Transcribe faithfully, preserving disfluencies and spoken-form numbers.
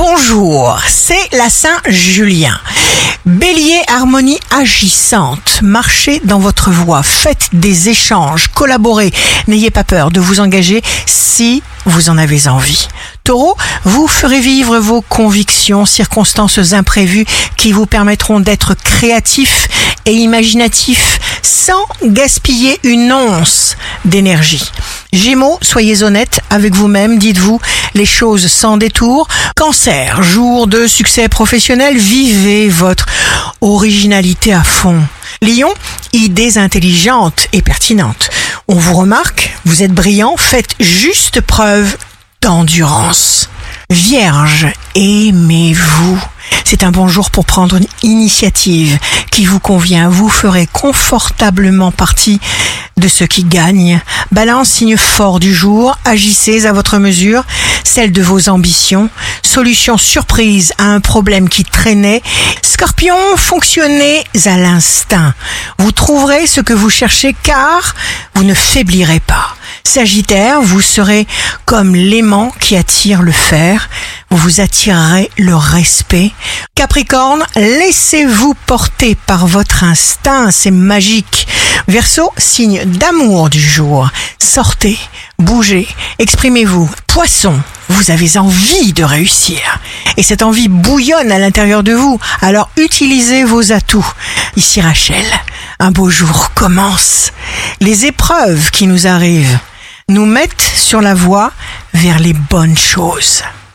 Bonjour, c'est la Saint-Julien. Bélier, harmonie agissante. Marchez dans votre voie, faites des échanges, collaborez. N'ayez pas peur de vous engager si vous en avez envie. Taureau, vous ferez vivre vos convictions, circonstances imprévues qui vous permettront d'être créatif et imaginatif sans gaspiller une once d'énergie. Gémeaux, soyez honnête avec vous-même, dites-vous les choses sans détour. Cancer, jour de succès professionnel, vivez votre originalité à fond. Lion, idées intelligentes et pertinentes. On vous remarque, vous êtes brillant, faites juste preuve d'endurance. Vierge, aimez-vous. C'est un bon jour pour prendre une initiative qui vous convient. Vous ferez confortablement partie de ceux qui gagnent. Balance, signe fort du jour. Agissez à votre mesure, celle de vos ambitions. Solution surprise à un problème qui traînait. Scorpion, fonctionnez à l'instinct. Vous trouverez ce que vous cherchez car vous ne faiblirez pas. Sagittaire, vous serez comme l'aimant qui attire le fer. Vous vous attirerez le respect. Capricorne, laissez-vous porter par votre instinct, c'est magique. Verseau, signe d'amour du jour. Sortez, bougez, exprimez-vous. Poisson, vous avez envie de réussir. Et cette envie bouillonne à l'intérieur de vous. Alors utilisez vos atouts. Ici Rachel, un beau jour commence. Les épreuves qui nous arrivent nous mettent sur la voie vers les bonnes choses.